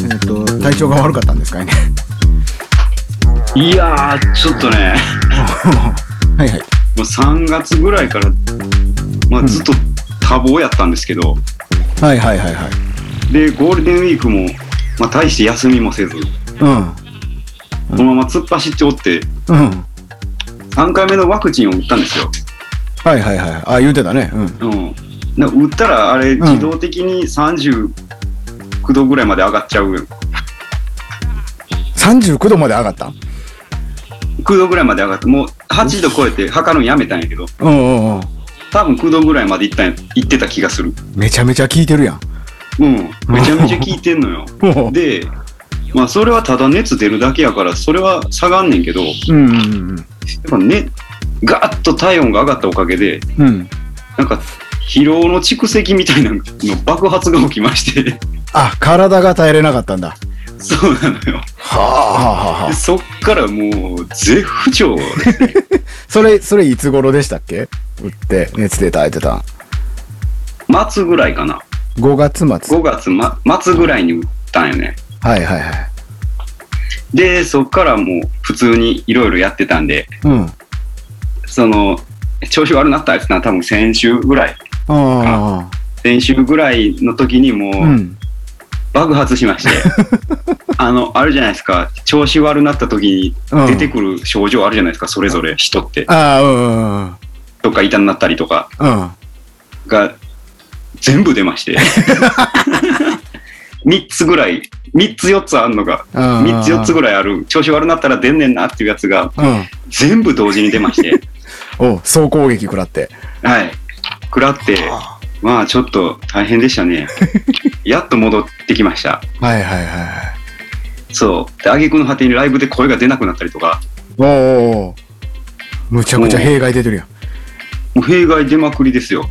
体調が悪かったんですかいね。 いやー、ちょっとね、 はいはい。 もう3月ぐらいから、ずっと多忙やったんですけど、 はいはいはいはい。 で、ゴールデンウィークも、大して休みもせず、このまま突っ走っておって、3回目のワクチンを打ったんですよ。 はいはいはい。あ、言うてたね。 打ったら、あれ、自動的に39度ぐらいまで上がっちゃう。 39度まで上がったん ?9 度ぐらいまで上がって、もう8度超えて測るのやめたんやけど、多分9度ぐらいまで行ってた気がする。 めちゃめちゃ効いてるやん。 めちゃめちゃ効いてんのよ。で、それはただ熱出るだけやから、それは下がんねんけど、やっぱね、ガーッと体温が上がったおかげで、なんか疲労の蓄積みたいなの爆発が起きまして。 あ、体が耐えれなかったんだ。 そうなのよ。でそっからもう絶不調ですね。 それいつ頃でしたっけ？打って熱出た末ぐらいかな。 5月末。 5月末ぐらいに打ったんよね。 はいはいはい。 で、そっからもう普通にいろいろやってたんで、調子悪なったやつな、多分先週ぐらい。先週ぐらいの時にもう、爆発しまして、あるじゃないですか、調子悪なった時に出てくる症状あるじゃないですか、それぞれ人って。とか痛になったりとかが全部出まして。3つ4つあるのが、3つ4つぐらいある、調子悪なったら出んねんなっていうやつが、全部同時に出まして。 総攻撃食らって。 はい。食らって、ちょっと大変でしたね。やっと戻ってきました。 はいはいはい。 そう。で、挙句の果てにライブで声が出なくなったりとか。 むちゃくちゃ弊害出てるやん。 もう弊害出まくりですよ。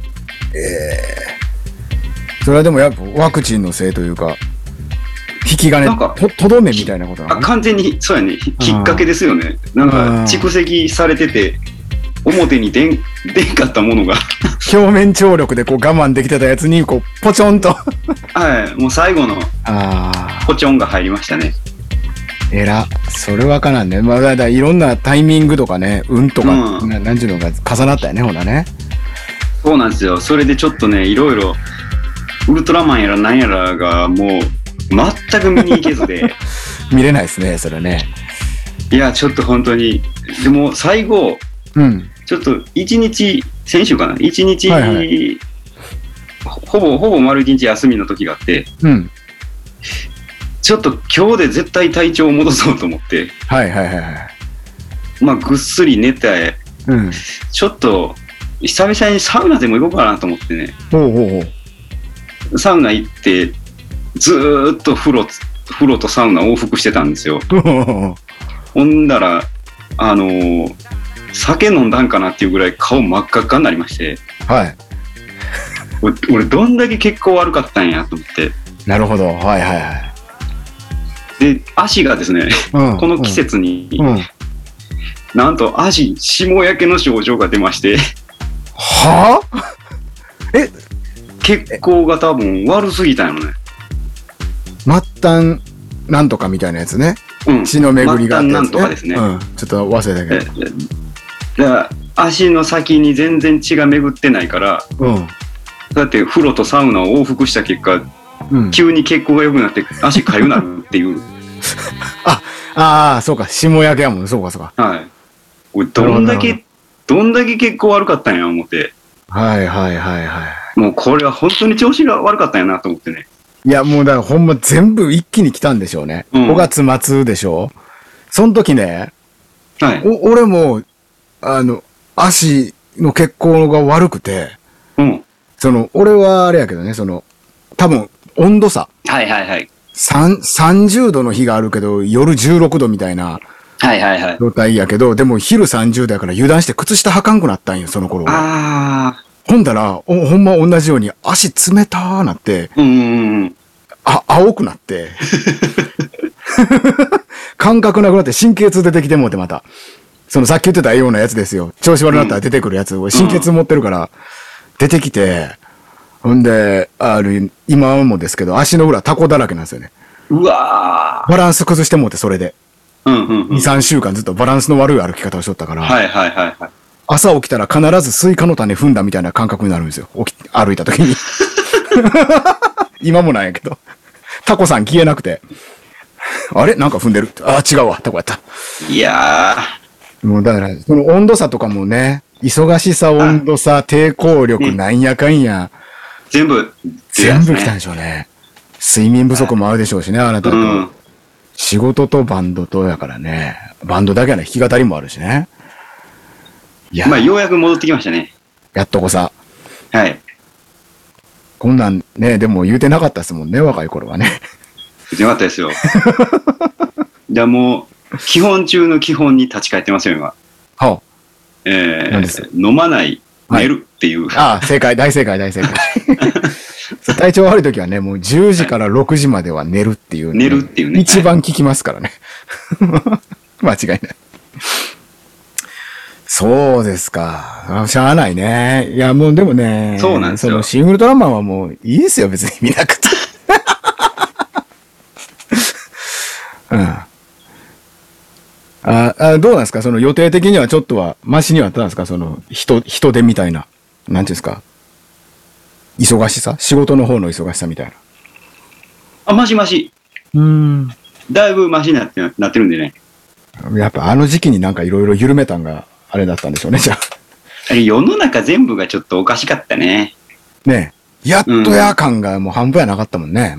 それはでもやっぱワクチンのせいというか、引き金、とどめみたいなことなの？ 完全に、そうやね。きっかけですよね。なんか、蓄積されてて、表に出んかったものが表面張力でこう我慢できてたやつにこうポチョンとはい、もう最後のポチョンが入りましたね。 それわからんね。だいろんなタイミングとかね、運とか、なんちゅうのが重なったよね、ほらね。 そうなんですよ。それでちょっとね、いろいろウルトラマンやらなんやらがもう全く見に行けずで見れないですね、それね。 いや、ちょっと本当に。でも最後、ちょっと1日、先週かな、1日、ほぼ丸1日休みの時があって、ちょっと今日で絶対体調を戻そうと思って、ぐっすり寝て、ちょっと久々にサウナでも行こうかなと思ってね、サウナ行って、ずーっと風呂とサウナ往復してたんですよ。ほんだら、酒飲んだんかなっていうぐらい顔真っ赤っかになりまして、俺どんだけ血行悪かったんやと思って。 なるほど。 で、足がですね、この季節に、なんと足霜焼けの症状が出まして。血行が多分悪すぎたんやろね。 末端なんとかみたいなやつね。血の巡りがあって、 末端なんとかですね。 ちょっと忘れたけど。 だから足の先に全然血が巡ってないから、だって風呂とサウナを往復した結果、急に血行が良くなって足かゆなるっていう。 そうか、霜焼けやもん。そうか。 はい。俺どんだけ血行悪かったんや思って。もうこれは本当に調子が悪かったんやなと思ってね。 いや、もうだからほんま全部一気に来たんでしょうね。5月末でしょ。その時ね、俺も、足の血行が悪くて、俺はあれやけどね、多分、温度差。30度の日があるけど、夜16度みたいな状態やけど、でも昼30度やから油断して靴下履かんくなったんよ、その頃は。ほんだら、ほんま同じように足冷たーなって、青くなって、感覚なくなって神経痛出てきてもうてまた。さっき言ってたようなやつですよ。調子悪くなったら出てくるやつ。神経痛持ってるから、出てきて、ほんで、今もですけど、足の裏タコだらけなんですよね。 うわバランス崩してもうて、それで。 2、 3週間ずっとバランスの悪い歩き方をしとったから。 はいはいはいはい。 朝起きたら必ずスイカの種踏んだみたいな感覚になるんですよ。歩いた時に。今もなんやけど。タコさん消えなくて。あれなんか踏んでる。あ、違うわ。タコやった。 いやー。もうだから、その温度差とかもね、忙しさ、温度差、抵抗力、なんやかんや。 全部来たんでしょうね。睡眠不足もあるでしょうしね、あなたと。仕事とバンドとやからね。バンドだけはね、弾き語りもあるしね。 いや。まあ、ようやく戻ってきましたね。 やっとこさ。 はい。 こんなんね、でも言うてなかったですもんね、若い頃はね。 言ってなかったですよ。じゃあもう、基本中の基本に立ち返ってますよ、今。 はあ。 飲まない、寝るっていう。 ああ、正解、大正解、大正解。体調悪い時はね、もう10時から6時までは寝るっていう、 寝るっていうね。 一番効きますからね。間違いない。そうですか。しゃあないね。いや、もうでもね。 そうなんですよ。 そのシン・ウルトラマンはもういいですよ、別に見なくて。うん。どうなんですかその予定的にはちょっとは、マシにはあったんですかその人手みたいな。なんていうんですか忙しさ仕事の方の忙しさみたいな。 あ、マシ。だいぶマシになってるんでね。 やっぱあの時期になんかいろいろ緩めたんがあれだったんでしょうね、じゃあ。 あれ、世の中全部がちょっとおかしかったね。 ねえ。やっとや感がもう半分やなかったもんね。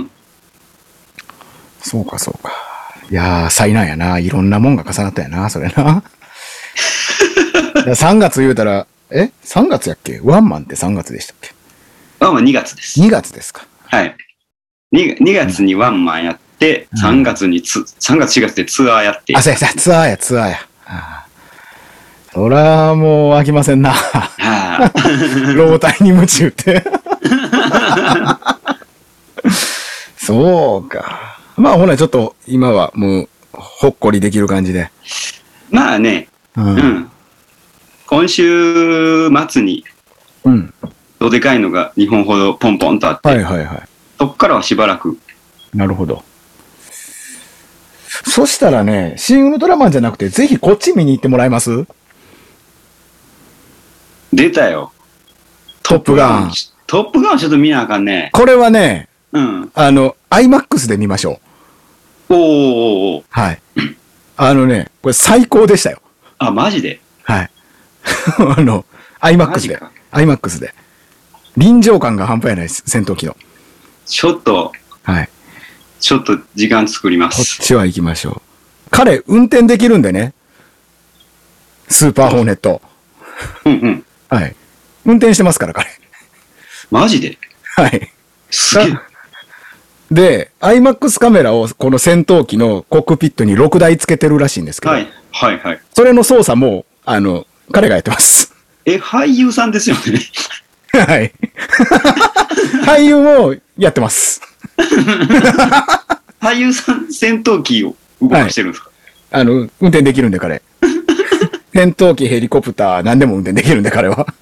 そうか、そうか。いやー、災難やな。いろんなもんが重なったやな、それな。3月言うたら、3月やっけワンマンって3月でしたっけワンマン2月です。 2月ですか。 はい。2月にワンマンやって、3月4月でツアーやって。 あ、そうや、ツアーや。そらもう飽きませんな。老体に夢中って。そうか。まあほなちょっと今はもうほっこりできる感じで。 まあね、今週末に、どでかいのが2本ほどポンポンとあって、そっからはしばらく。 なるほど。そしたらね、シン・ウルトラマンじゃなくて、ぜひこっち見に行ってもらえます？ 出たよ。 トップガン。 トップガンはちょっと見なあかんね。 これはね、IMAX で見ましょう。おー。 はい。これ最高でしたよ。 あ、マジで？ はい。IMAX で。IMAX で。臨場感が半端やないです、戦闘機の。 ちょっと。 はい。 ちょっと時間作ります。 こっちは行きましょう。彼、運転できるんでね。スーパーホーネット。はい。運転してますから、彼。 マジで？ はい。 すげえ。 で、IMAX カメラをこの戦闘機のコックピットに6台つけてるらしいんですけど。 はい。 それの操作も、彼がやってます。 俳優さんですよね。 はい。俳優もやってます。 俳優さん、戦闘機を動かしてるんですか？ 運転できるんで、彼。戦闘機、ヘリコプター、何でも運転できるんで、彼は。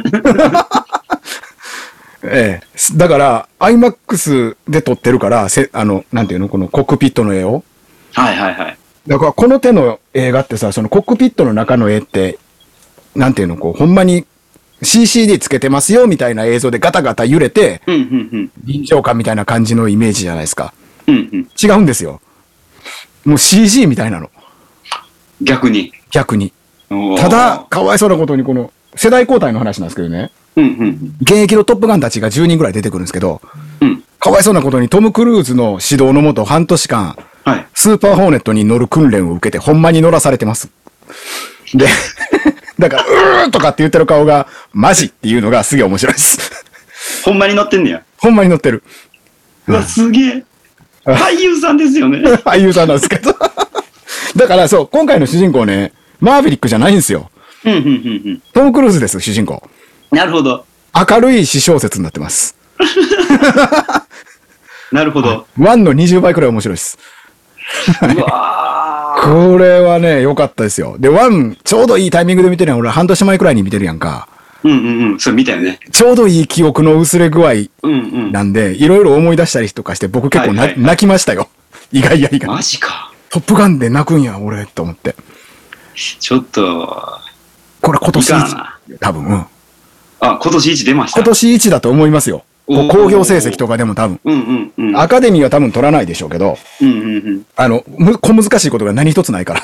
だから、IMAX で撮ってるから、なんていうのこのコックピットの絵を。 はい。 だから、この手の映画ってさ、そのコックピットの中の絵って、なんていうのほんまに CCD つけてますよ、みたいな映像でガタガタ揺れて、臨場感みたいな感じのイメージじゃないですか。違うんですよ。もう CG みたいなの。 逆に。 ただ、かわいそうなことに、この、世代交代の話なんですけどね。現役のトップガンたちが10人ぐらい出てくるんですけど、かわいそうなことにトム・クルーズの指導のもと半年間、スーパーホーネットに乗る訓練を受けて、ほんまに乗らされてます。で、だから、うーとかって言ってる顔が、マジっていうのがすげえ面白いです。 ほんまに乗ってんねや。 ほんまに乗ってる。 うわ、すげえ。俳優さんですよね。 俳優さんなんですけど。だからそう、今回の主人公ね、マーヴェリックじゃないんですよ。トム・クルーズです、主人公。 なるほど。 明るい詩小説になってます。 なるほど。 1の20倍くらい面白いです。 うわこれはね、良かったですよ。で、1、ちょうどいいタイミングで見てるやん。俺半年前くらいに見てるやんか。 うんうんうん。それ見たよね。 ちょうどいい記憶の薄れ具合なんで、いろいろ思い出したりとかして、僕結構泣きましたよ。意外や意外。 マジか。 トップガンで泣くんや、俺、と思って。 ちょっと、 これ今年1、多分、うん。 あ、今年1出ました。 今年1だと思いますよ。興行成績とかでも多分。アカデミーは多分取らないでしょうけど、小難しいことが何一つないから。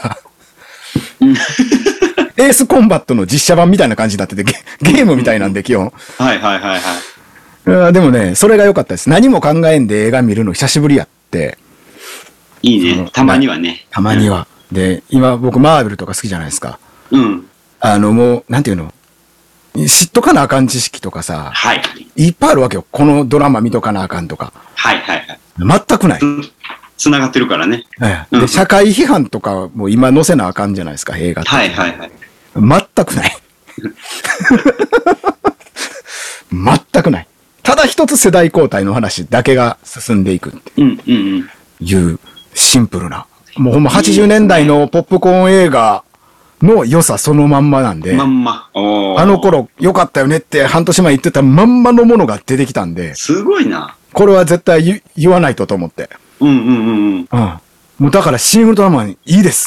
エースコンバットの実写版みたいな感じになってて、ゲームみたいなんで、基本。 はいはいはいはい。 でもね、それが良かったです。何も考えんで映画見るの久しぶりやって。 いいね。たまにはね。 たまには。で、今僕マーベルとか好きじゃないですか。 うん。 もう、なんていうの、知っとかなあかん知識とかさ、 はい。 いっぱいあるわけよ。このドラマ見とかなあかんとか。 はいはいはい。 全くない。 繋がってるからね。 で、社会批判とかも今載せなあかんじゃないですか、映画って。 はいはいはい。 全くない。全くない。ただ一つ世代交代の話だけが進んでいくっていうシンプルな。もうほんま80年代のポップコーン映画の良さそのまんまなんで。 まんま。 あの頃良かったよねって半年前言ってたまんまのものが出てきたんで。 すごいな。 これは絶対言わないと思って。もうだからシン・ウルトラマンいいです。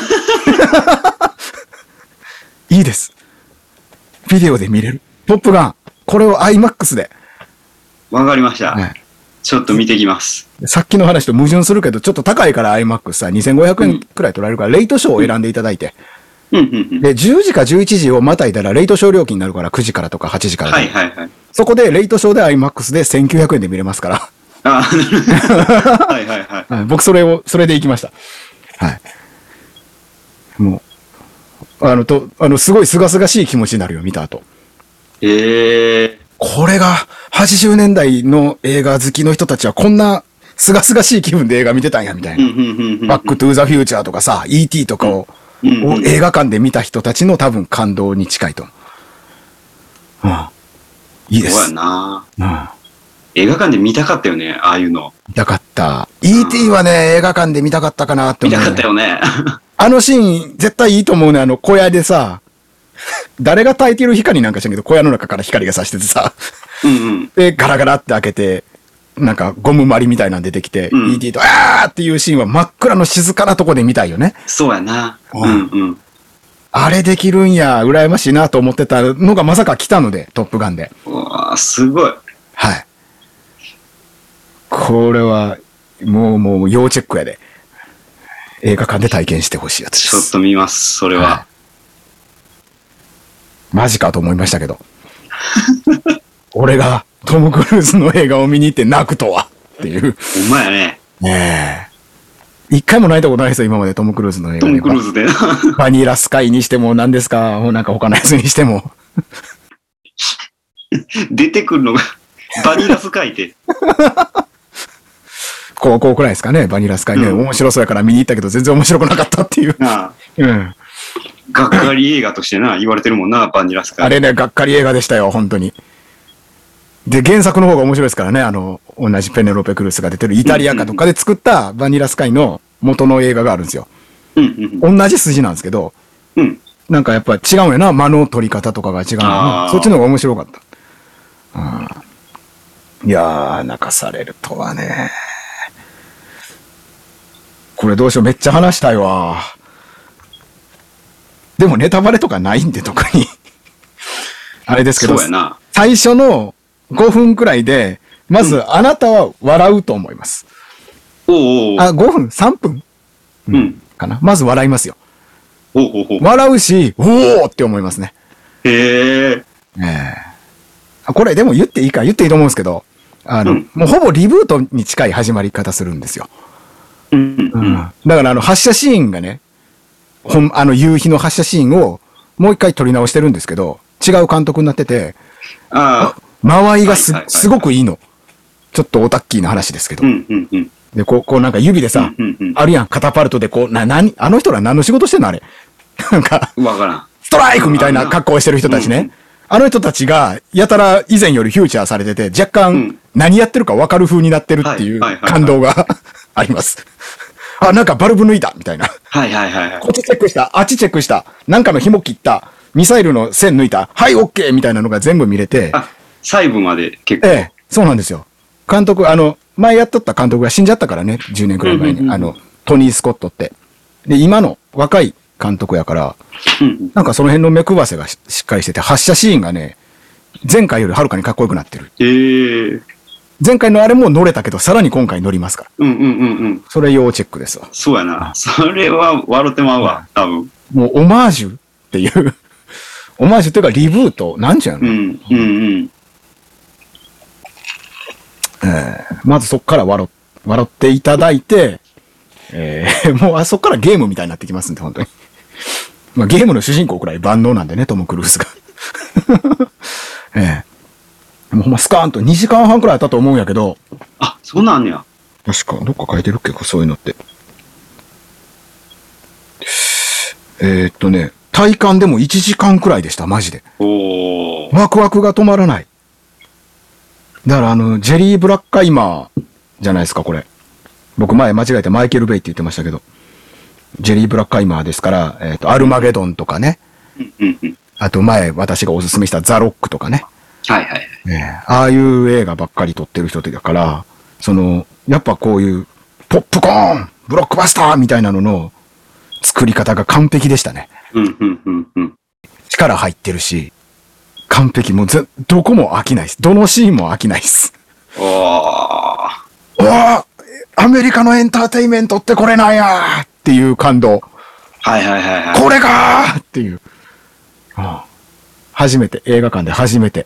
いいです。ビデオで見れる。トップガン。これを IMAX で。 わかりました。ちょっと見てきます。 さっきの話と矛盾するけど、ちょっと高いから IMAX さ、2500円くらい取られるから、レイトショーを選んでいただいて。で、10時か11時をまたいだら、レイトショー料金になるから、9時からとか8時から。はいはいはい。そこで、レイトショーで IMAX で1900円で見れますから。はいはいはい。僕、それで行きました。はい。もう、すごい清々しい気持ちになるよ、見た後。これが、80年代の映画好きの人たちはこんな、清々しい気分で映画見てたんや、みたいな。バックトゥーザフューチャーとかさ、E.T. とかを映画館で見た人たちの多分感動に近いと思う。いいです。 そうやな。映画館で見たかったよね、ああいうの。 見たかった。E.T. はね、映画館で見たかったかなって思う。見たかったよね。 あのシーン、絶対いいと思うね。小屋でさ、誰が焚いてる光なんか知らんけど、小屋の中から光が差しててさ、で、ガラガラって開けて、なんかゴムまりみたいなの出てきて、E.T. と、あーっていうシーンは真っ暗の静かなとこで見たいよね。 そうやな。 あれできるんや、羨ましいなと思ってたのがまさか来たので、トップガンで。 うわー、すごい。 はい。これは、もう要チェックやで。映画館で体験してほしいやつです。 ちょっと見ます、それは。 マジかと思いましたけど。俺がトム・クルーズの映画を見に行って泣くとはっていう。 ほんまやね。 ねえ。一回も泣いたことないですよ、今までトム・クルーズの映画。 トム・クルーズでな。 バニラスカイにしても何ですか、なんか他のやつにしても。 出てくるのが、バニラスカイって。 高校くらいですかね、バニラスカイね。面白そうやから見に行ったけど全然面白くなかったっていう。がっかり映画としてな、言われてるもんな、バニラスカイ。 あれね、がっかり映画でしたよ、本当に。で、原作の方が面白いですからね、同じペネロペ・クルースが出てるイタリアかとかで作ったバニラスカイの元の映画があるんですよ。同じ筋なんですけど、なんかやっぱ違うんやな、間の取り方とかが違うんやな。そっちの方が面白かった。いやー、泣かされるとはね。これどうしよう、めっちゃ話したいわ。でもネタバレとかないんで、特に。あれですけど、最初の5分くらいで、まずあなたは笑うと思います。5分 ?3 分かな。まず笑いますよ。笑うし、おーって思いますね。これでも言っていいと思うんですけど、もうほぼリブートに近い始まり方するんですよ。だから発射シーンがね、夕日の発射シーンをもう一回撮り直してるんですけど、違う監督になってて、間合いがすごくいいの。ちょっとオタッキーな話ですけど。で、こうなんか指でさ、あるやん、カタパルトでこう、あの人ら何の仕事してんのあれ。なんか、ストライクみたいな格好をしてる人たちね。あの人たちが、やたら以前よりフューチャーされてて、若干何やってるか分かる風になってるっていう感動があります。なんかバルブ抜いたみたいな。こっちチェックした、あっちチェックした、なんかの紐切った、 ミサイルの線抜いた、はい、オッケーみたいなのが全部見れて。 あ、細部まで結構。 そうなんですよ。監督、前やっとった監督が死んじゃったからね、10年くらい前に。トニー・スコットって。で、今の若い監督やから、なんかその辺の目配せがしっかりしてて、発射シーンがね、前回よりはるかにかっこよくなってる。前回のあれも乗れたけど、さらに今回乗りますから。それ要チェックですわ。 そうやな。それは笑ってまうわ、多分。 もうオマージュっていう。オマージュっていうかリブート、なんちゅうの？まずそっから笑っていただいて、もうそっからゲームみたいになってきますんで、本当に。まあゲームの主人公くらい万能なんでね、トム・クルーズが。もうほんまスカーンと2時間半くらいあったと思うんやけど。 あ、そうなんや。 確か、どっか書いてるっけか、そういうのって。体感でも1時間くらいでした、マジで。ワクワクが止まらない。だからジェリー・ブラッカイマーじゃないですか、これ。僕前間違えてマイケル・ベイって言ってましたけど。ジェリー・ブラッカイマーですから、アルマゲドンとかね。あと前私がおすすめしたザ・ロックとかね。ああいう映画ばっかり撮ってる人だから、やっぱこういうポップコーンブロックバスターみたいなのの作り方が完璧でしたね。力入ってるし、完璧。もうどこも飽きないです。どのシーンも飽きないです。アメリカのエンターテイメントってこれなんやっていう感動。これかーっていう。初めて、映画館で初めて。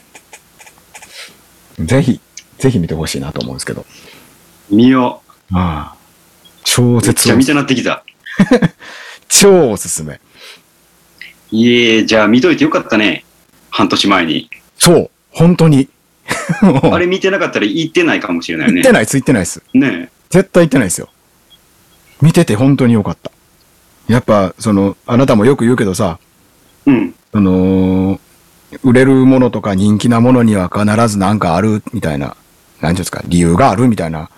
ぜひ見てほしいなと思うんですけど。 見よう。超絶。めっちゃ見たなってきた。 超おすすめ。 じゃあ見といてよかったね。半年前に。 そう、本当に。 あれ見てなかったら行ってないかもしれないね。 行ってないです。 ねえ。 絶対行ってないですよ。見てて本当によかった。やっぱ、あなたもよく言うけどさ、売れるものとか人気なものには必ずなんかあるみたいな、なんていうんですか、理由があるみたいな。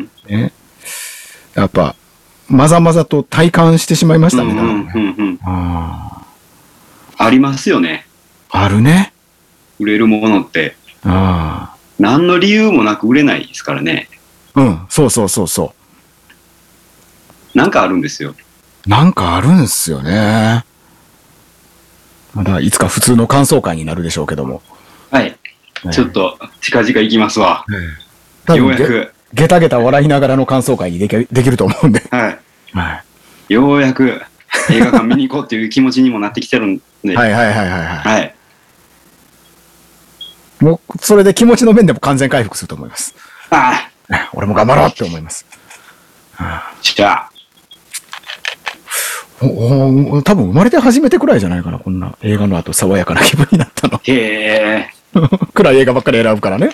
やっぱ、まざまざと体感してしまいましたね。 ありますよね。 あるね。 売れるものって。何の理由もなく売れないですからね。 そう。 なんかあるんですよ。 なんかあるんすよね。まだいつか普通の感想会になるでしょうけども。 はい。ちょっと近々行きますわ。ようやく。 ゲタゲタ笑いながらの感想会にできると思うんで。 ようやく映画館見に行こうっていう気持ちにもなってきてるんで。 もう、それで気持ちの面でも完全回復すると思います。俺も頑張ろうって思います。 じゃあ。 多分生まれて初めてくらいじゃないかな、こんな映画の後爽やかな気分になったの。暗い映画ばっかり選ぶからね。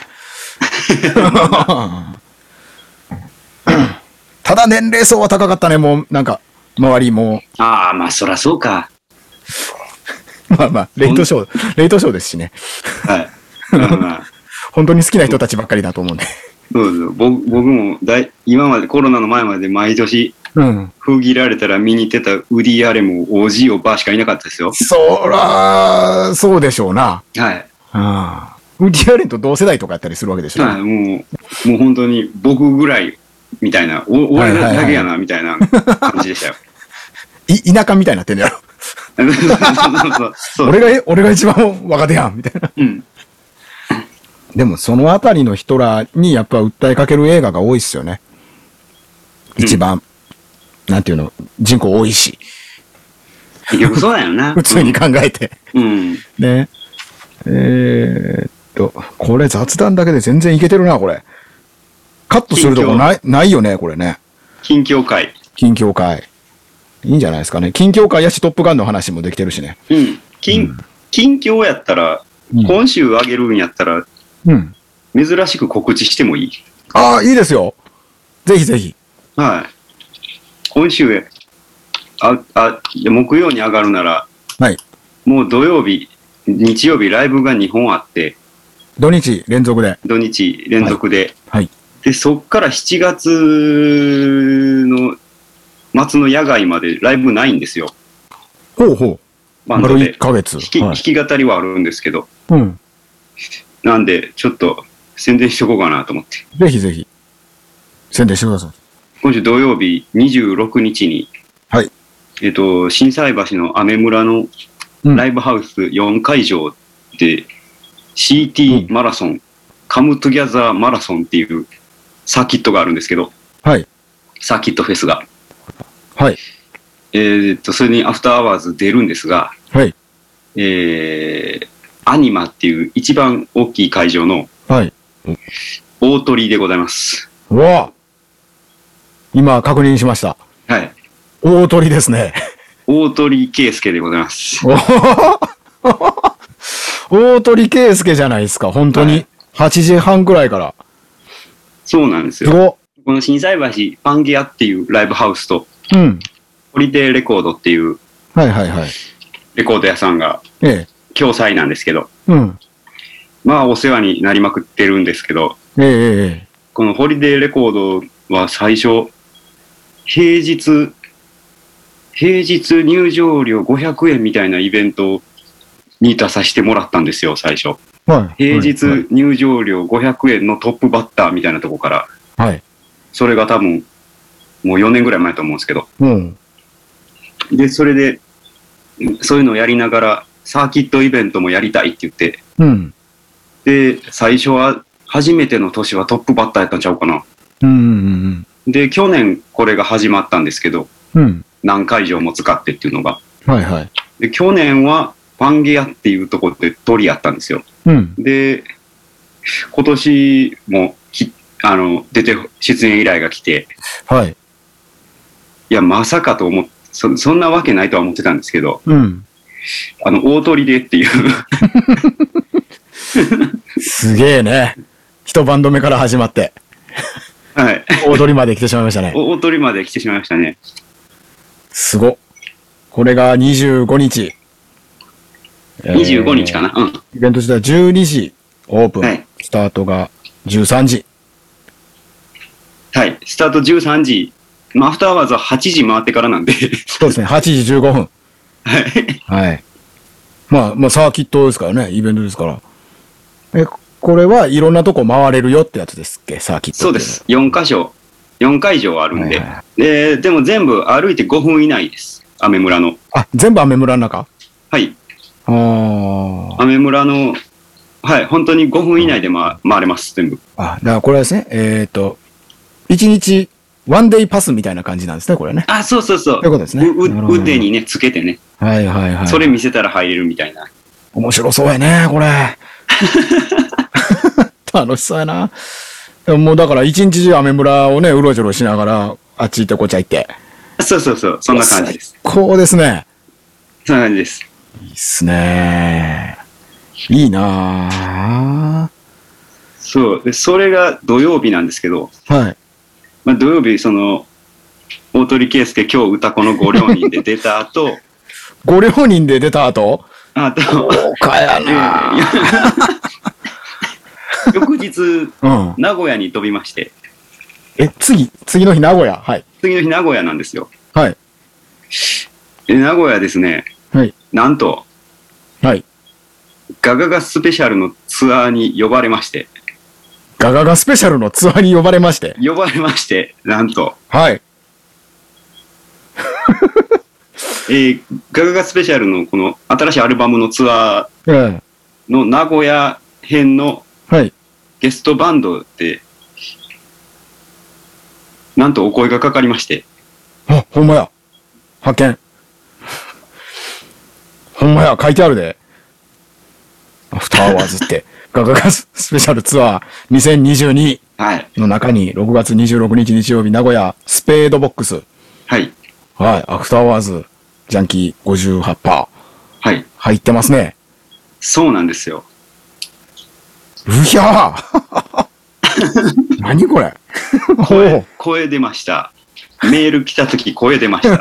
ただ年齢層は高かったね、もう、なんか、周りも。 まあそらそうか。 まあ、レイトショーですしね。本当に好きな人たちばっかりだと思うんで。 僕も今までコロナの前まで毎年、封切られたら見に行ってたウディ・アレンも OG おばしかいなかったですよ。 そうでしょうな。ウディ・アレンと同世代とかやったりするわけでしょ。 もう本当に僕ぐらいみたいな、俺だけやなみたいな感じでしたよ。 田舎みたいになってんだよ。俺が一番若手やんみたいな。でもそのあたりの人らにやっぱ訴えかける映画が多いっすよね。一番、なんていうの、人口多いし。 よくそうだよな。 普通に考えて。ね。これ雑談だけで全然いけてるな、これ。カットするとこないよね、これね。 近況会。 いいんじゃないですかね。近況会やし、トップガンの話もできてるしね。 近況やったら、今週あげるんやったら、珍しく告知してもいい？ いいですよ。ぜひぜひ。 今週、木曜に上がるなら、もう土曜日、日曜日ライブが2本あって、 土日連続で。 で、そっから7月の末の野外までライブないんですよ。 バンドで。 1ヶ月。 弾き語りはあるんですけど。 うん。 なんで、ちょっと宣伝しとこうかなと思って。 ぜひぜひ、宣伝してください。 今週土曜日26日に、 はい。 心斎橋のアメ村のライブハウス4会場で、CT マラソン、カムトゥギャザーマラソンっていうサーキットがあるんですけど、 はい。 サーキットフェスが。 はい。 それにアフターアワーズ出るんですが、 はい。 アニマっていう一番大きい会場の、 はい。 大鳥でございます。 わあ、今確認しました。 はい。 大鳥ですね。 大鳥圭介でございます。 大鳥圭介じゃないですか、本当に。はい、8時半くらいから。 そうなんですよ。この心斎橋パンゲアっていうライブハウスと、 うん。 ホリデーレコードっていう、 はいはいはい。 レコード屋さんが、共催なんですけど、 うん。 まあお世話になりまくってるんですけど、このホリデーレコードは最初、平日入場料500円みたいなイベントに出させてもらったんですよ、最初。 はい、 平日入場料500円のトップバッターみたいなとこから、 はい、 それが多分、もう4年ぐらい前と思うんですけど。 うん、 で、それで、そういうのをやりながら、サーキットイベントもやりたいって言って、 うん、 で、最初は、初めての年はトップバッターやったんちゃうかな。で、去年これが始まったんですけど、 うん、 何会場も使ってっていうのが。 はいはい。 で、去年はパンゲアっていうところで鳥やったんですよ。 うん、 で、今年も出て出演依頼が来て、 はい。 いや、まさかと思って、そんなわけないとは思ってたんですけど、 うん、 大鳥でっていう。 すげえね。一バンド目から始まって。 はい。 大鳥まで来てしまいましたね。 大鳥まで来てしまいましたね。 すご。これが25日。 25日かな。うん。 イベント自体12時オープン。はい、スタートが13時。 はい。スタート13時。まあ、アフターアワーズは8時回ってからなんで。 そうですね。8時15分。 はい。 はい。まあ、サーキットですからね。イベントですから。これはいろんなとこ回れるよってやつですっけ、サーキット。 そうです。4会場あるんで。でも全部歩いて5分以内です。アメ村の。 あ、全部アメ村の中？ はい。アメ村の、はい、本当に5分以内で回れます、全部。 あ、だからこれはですね、1日、ワンデイパスみたいな感じなんですね、これね。 あ、そうそうそう。 ということですね。 腕にね、つけてね。 はいはいはい。 それ見せたら入れるみたいな。 面白そうやね、これ。楽しそうやな。でももうだから一日中アメ村をね、うろちょろしながら、あっち行ってこっち行って。 そうそうそう、そんな感じです。 こうですね。 そんな感じです。 いいっすね。いいなぁ。 そうで、それが土曜日なんですけど、 はい。 まあ、土曜日、大鳥圭介、今日歌子のご両人で出た後、 ご両人で出た後豪華やな翌日、名古屋に飛びまして。 次の日名古屋。はい。 次の日名古屋なんですよ。 はい。 名古屋ですね。 はい。 なんと、 はい。 ガガガスペシャルのツアーに呼ばれまして。 ガガガスペシャルのツアーに呼ばれまして。 なんと。 はい。 ガガガスペシャルのこの新しいアルバムのツアーの名古屋編のゲストバンドで、なんとお声がかかりまして。 あ、ほんまや。派遣。ほんまや、書いてあるで。アフターアワーズって。ガガガスペシャルツアー2022の中に6月26日日曜日名古屋スペードボックス。 はい。 はい。アフターアワーズジャンキー 58%。 はい。 入ってますね。 そうなんですよ。 うひゃー何これ声出ました。メール来た時声出ました。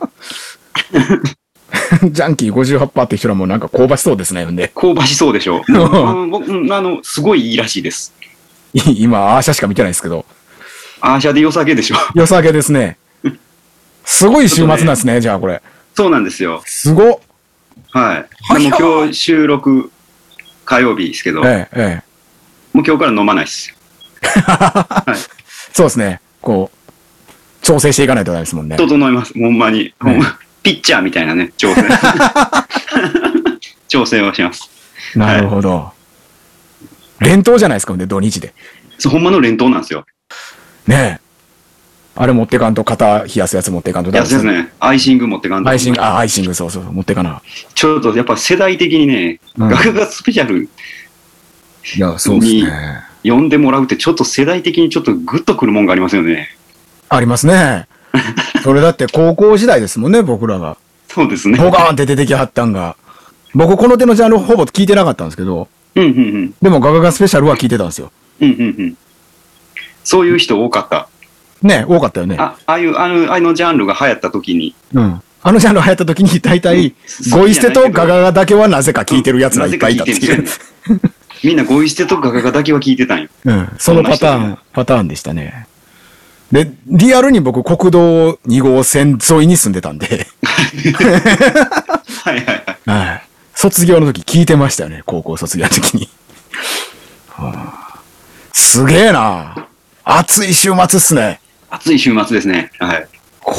ジャンキー 58% って人らもなんか香ばしそうですね。 香ばしそうでしょ。すごいいいらしいです。 今、アーシャしか見てないですけど。 アーシャで良さげでしょ。 良さげですね。すごい週末なんですね、じゃあこれ。 そうなんですよ。 すごっ。 はい。でも今日収録火曜日ですけど、もう今日から飲まないっす。 はい、そうですね。こう、調整していかないとダメですもんね。 整います。ほんまに。ピッチャーみたいなね、調整。調整をします。 なるほど。はい、連投じゃないですか、土日で。 そう、ほんまの連投なんですよ。 ねえ。あれ持ってかんと、肩冷やすやつ持ってかんと。 冷やすやつね。アイシング持ってかんと。 アイシング、そうそう、持ってかな。 ちょっとやっぱ世代的にね、ガクガスペシャルに呼んでもらうって、ちょっと世代的にちょっとグッとくるもんがありますよね。 ありますね。それだって高校時代ですもんね、僕らが。 そうですね。 ボカーンって出てきはったんが。僕この手のジャンルほぼ聞いてなかったんですけど。でもガガガスペシャルは聞いてたんですよ。 そういう人多かった。 ね、多かったよね。 ああのジャンルが流行った時に。 あのジャンル流行った時に大体、ゴイ捨てとガガガだけはなぜか聞いてるやつがいっぱいいたっていう。 みんなゴイ捨てとガガガだけは聞いてたんよ。 そのパターンでしたね。で、リアルに僕国道2号線沿いに住んでたんで。はい。卒業の時聞いてましたよね、高校卒業の時に。すげえな。暑い週末っすね。 暑い週末ですね。はい。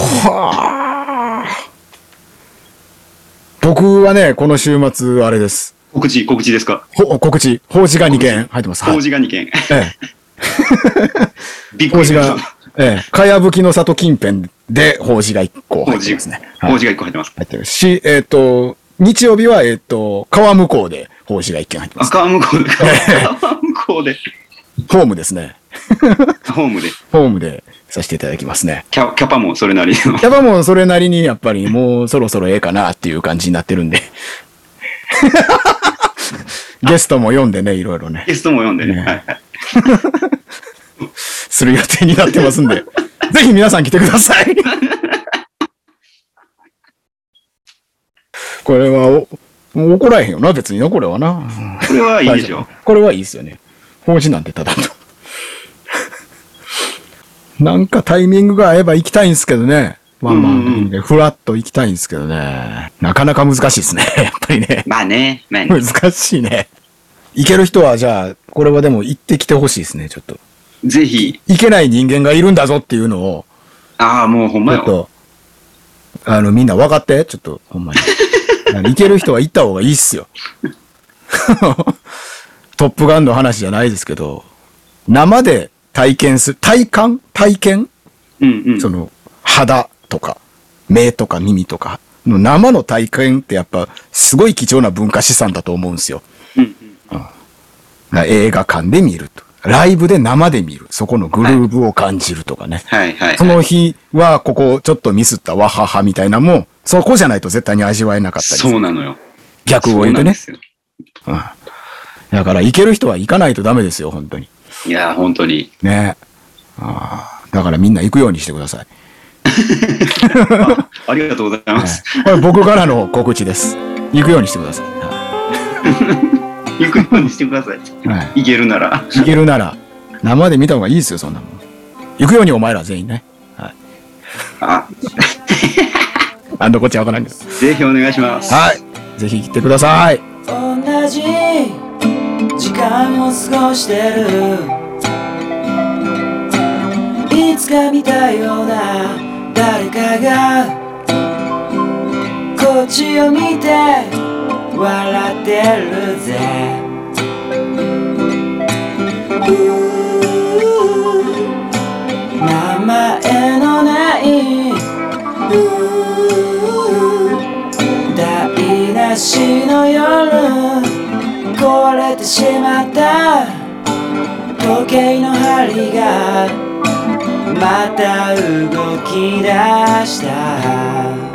僕はね、この週末、あれです。 告知ですか？ 告知。法事が2件入ってます。 法事が2件。 びっくりしました。かやぶきの里近辺で法事が1個入ってますね。 法事が1個入ってます。 入ってるし、日曜日は、川向こうで法事が1件入ってます。 川向こうで。 ホームですね。 ホームでさせていただきますね。 キャパもそれなりに。 キャパもそれなりにやっぱりもうそろそろええかなっていう感じになってるんで。ゲストも読んでね、いろいろね。 ゲストも読んでね。はい。 する予定になってますんで、ぜひ皆さん来てください。これは怒らへんよな、別にな、これはな。 これはいいでしょ。 これはいいですよね。法事なんてただと。なんかタイミングが合えば行きたいんですけどね。フラッと行きたいんですけどね。なかなか難しいですね。やっぱりね。 まあね。 難しいね。行ける人はじゃあ、これはでも行ってきてほしいですね、ちょっと。 ぜひ。 行けない人間がいるんだぞっていうのを。 ああ、もうほんまよ。ちょっと、みんな分かって、ちょっと、ほんまに。行ける人は行った方がいいっすよ。トップガンの話じゃないですけど、生で体験する、体験、その、肌とか、目とか耳とか、生の体験ってやっぱ、すごい貴重な文化資産だと思うんですよ。映画館で見ると。ライブで生で見る。そこのグルーヴを感じるとかね。その日はここちょっとミスったわははみたいなもん、そこじゃないと絶対に味わえなかったりする。 そうなのよ。 逆を言うとね。だから行ける人は行かないとダメですよ、本当に。 いや、本当に。 ね。だからみんな行くようにしてください。 ありがとうございます。 これ僕からの告知です。行くようにしてください。 行くようにしてください。行けるなら。 行けるなら。生で見た方がいいですよ、そんなもん。行くようにお前ら全員ね。こっちは分からんけど。 ぜひお願いします。 はい。ぜひ来てください。 同じ時間を過ごしてる。いつか見たような誰かがこっちを見て笑ってるぜ。名前のない台無しの夜、壊れてしまった時計の針がまた動き出した。